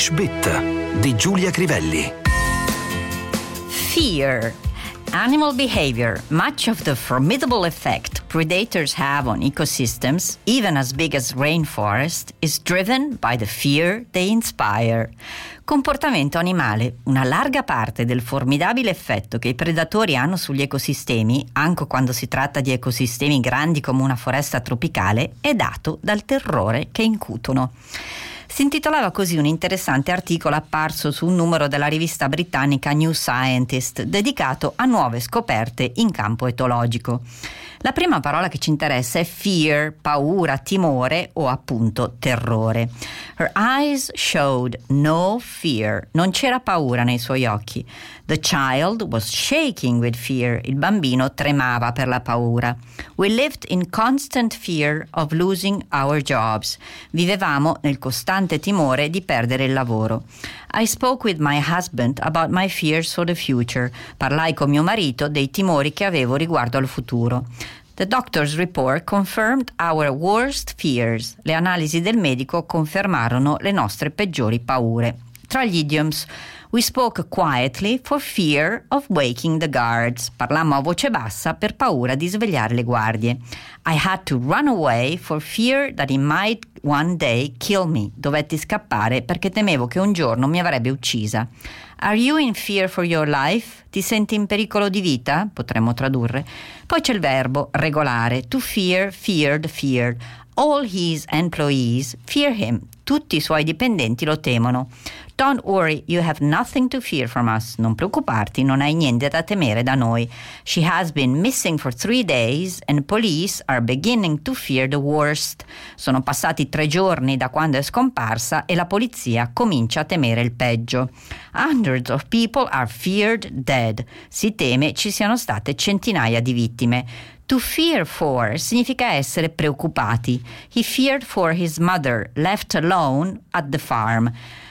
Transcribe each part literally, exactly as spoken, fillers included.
English Bit di Giulia Crivelli. Fear. Animal behavior. Much of the formidable effect predators have on ecosystems, even as big as rainforest, is driven by the fear they inspire. Comportamento animale. Una larga parte del formidabile effetto che i predatori hanno sugli ecosistemi, anche quando si tratta di ecosistemi grandi come una foresta tropicale, è dato dal terrore che incutono. Si intitolava così un interessante articolo apparso su un numero della rivista britannica New Scientist, dedicato a nuove scoperte in campo etologico. La prima parola che ci interessa è fear, paura, timore o appunto terrore. Her eyes showed no fear. Non c'era paura nei suoi occhi. The child was shaking with fear. Il bambino tremava per la paura. We lived in constant fear of losing our jobs. Vivevamo nel costante timore di perdere il lavoro. I spoke with my husband about my fears for the future. Parlai con mio marito dei timori che avevo riguardo al futuro. The doctor's report confirmed our worst fears. Le analisi del medico confermarono le nostre peggiori paure. Tra gli idioms, we spoke quietly for fear of waking the guards. Parlammo a voce bassa per paura di svegliare le guardie. I had to run away for fear that he might one day kill me. Dovetti scappare perché temevo che un giorno mi avrebbe uccisa. Are you in fear for your life? Ti senti in pericolo di vita? Potremmo tradurre. Poi c'è il verbo regolare. To fear, feared, feared. All his employees fear him. Tutti i suoi dipendenti lo temono. Don't worry, you have nothing to fear from us. Non preoccuparti, non hai niente da temere da noi. She has been missing for three days and police are beginning to fear the worst. Sono passati tre giorni da quando è scomparsa e la polizia comincia a temere il peggio. Hundreds of people are feared dead. Si teme ci siano state centinaia di vittime. To fear for significa essere preoccupati. He feared for his mother, left alone at the farm.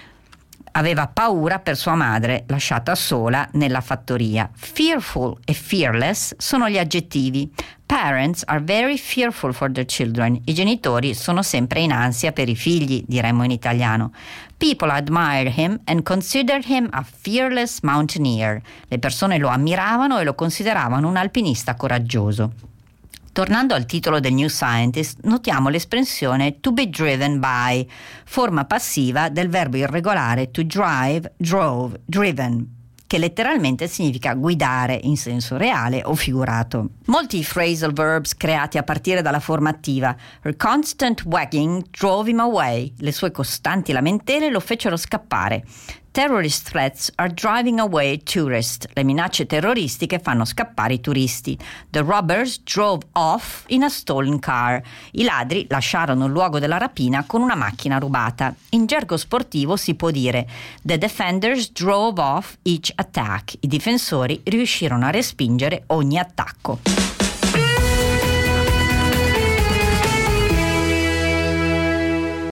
Aveva paura per sua madre, lasciata sola nella fattoria. Fearful e fearless sono gli aggettivi. Parents are very fearful for their children. I genitori sono sempre in ansia per i figli, diremmo in italiano. People admired him and considered him a fearless mountaineer. Le persone lo ammiravano e lo consideravano un alpinista coraggioso. Tornando al titolo del New Scientist, notiamo l'espressione to be driven by, forma passiva del verbo irregolare to drive, drove, driven, che letteralmente significa guidare in senso reale o figurato. Molti phrasal verbs creati a partire dalla forma attiva. Her constant wagging drove him away. Le sue costanti lamentele lo fecero scappare. Terrorist threats are driving away tourists. Le minacce terroristiche fanno scappare i turisti. The robbers drove off in a stolen car. I ladri lasciarono il luogo della rapina con una macchina rubata. In gergo sportivo si può dire The defenders drove off each attack. I difensori riuscirono a respingere ogni attacco.